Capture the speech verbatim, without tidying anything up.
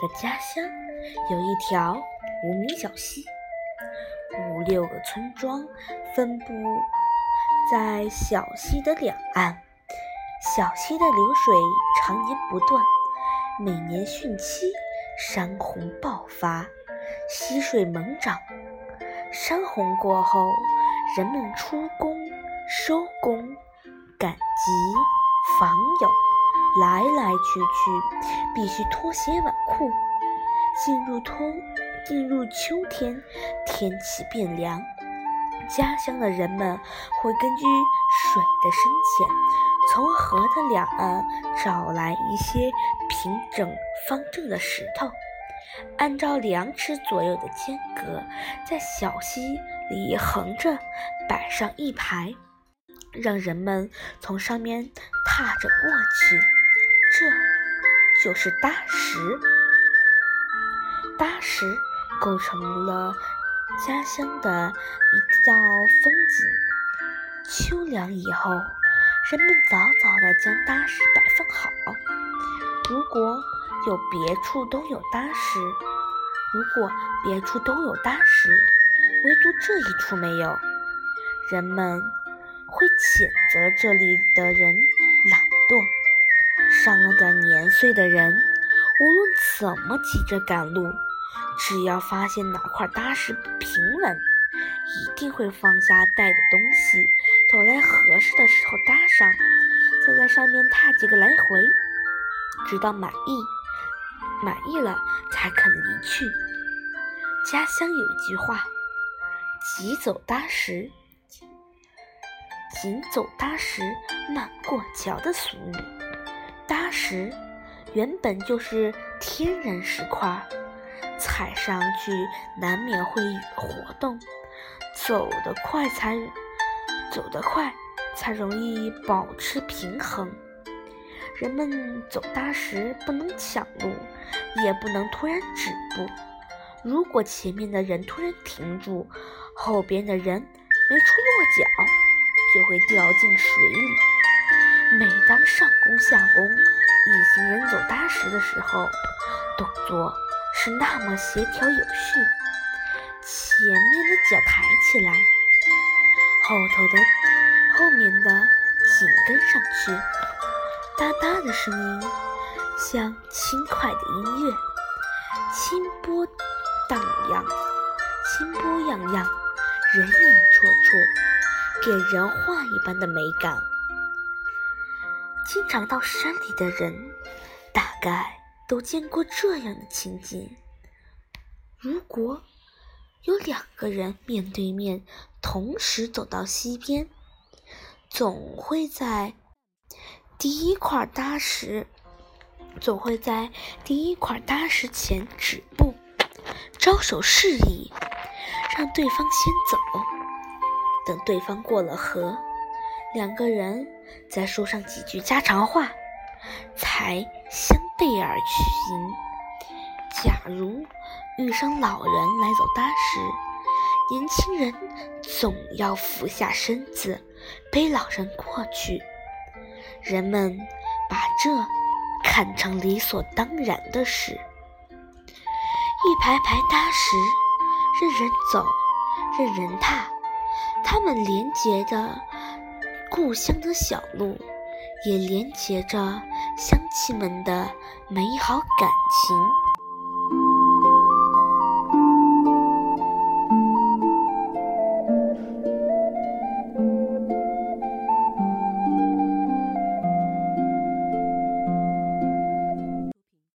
的家乡有一条无名小溪，五六个村庄分布在小溪的两岸。小溪的流水常年不断，每年汛期山洪爆发，溪水猛涨。山洪过后，人们出工、收工、赶集、访友，来来去去，必须脱鞋挽裤。进入冬，进入秋天，天气变凉，家乡的人们会根据水的深浅，从河的两岸找来一些平整方正的石头，按照两尺左右的间隔，在小溪里横着摆上一排，让人们从上面踏着过去。这就是搭石。搭石构成了家乡的一道风景。秋凉以后，人们早早地将搭石摆放好。如果有别处都有搭石，如果别处都有搭石，唯独这一处没有，人们会谴责这里的人懒惰。上了点年岁的人，无论怎么急着赶路，只要发现哪块搭石不平稳，一定会放下带的东西，走来合适的时候搭上，再在上面踏几个来回，直到满意满意了才肯离去。家乡有一句话，急走搭石紧走搭石慢过桥的俗语。搭石原本就是天然石块，踩上去难免会活动，走得快才走得快才容易保持平衡。人们走搭石不能抢路，也不能突然止步。如果前面的人突然停住，后边的人没处落脚，就会掉进水里。每当上弓下弓，一行人走搭石的时候，动作是那么协调有序。前面的脚抬起来，后头的后面的紧跟上去，哒哒的声音像轻快的音乐，轻波荡漾，轻波漾漾，人影绰绰，给人画一般的美感。经常到山里的人，大概都见过这样的情景。如果有两个人面对面同时走到溪边，总会在第一块搭石总会在第一块搭石前止步，招手示意，让对方先走。等对方过了河，两个人再说上几句家常话，才相背而行。假如遇上老人来走搭石，年轻人总要俯下身子背老人过去。人们把这看成理所当然的事。一排排搭石，任人走，任人踏，它们连接着故乡的小路，也连接着乡亲们的美好感情。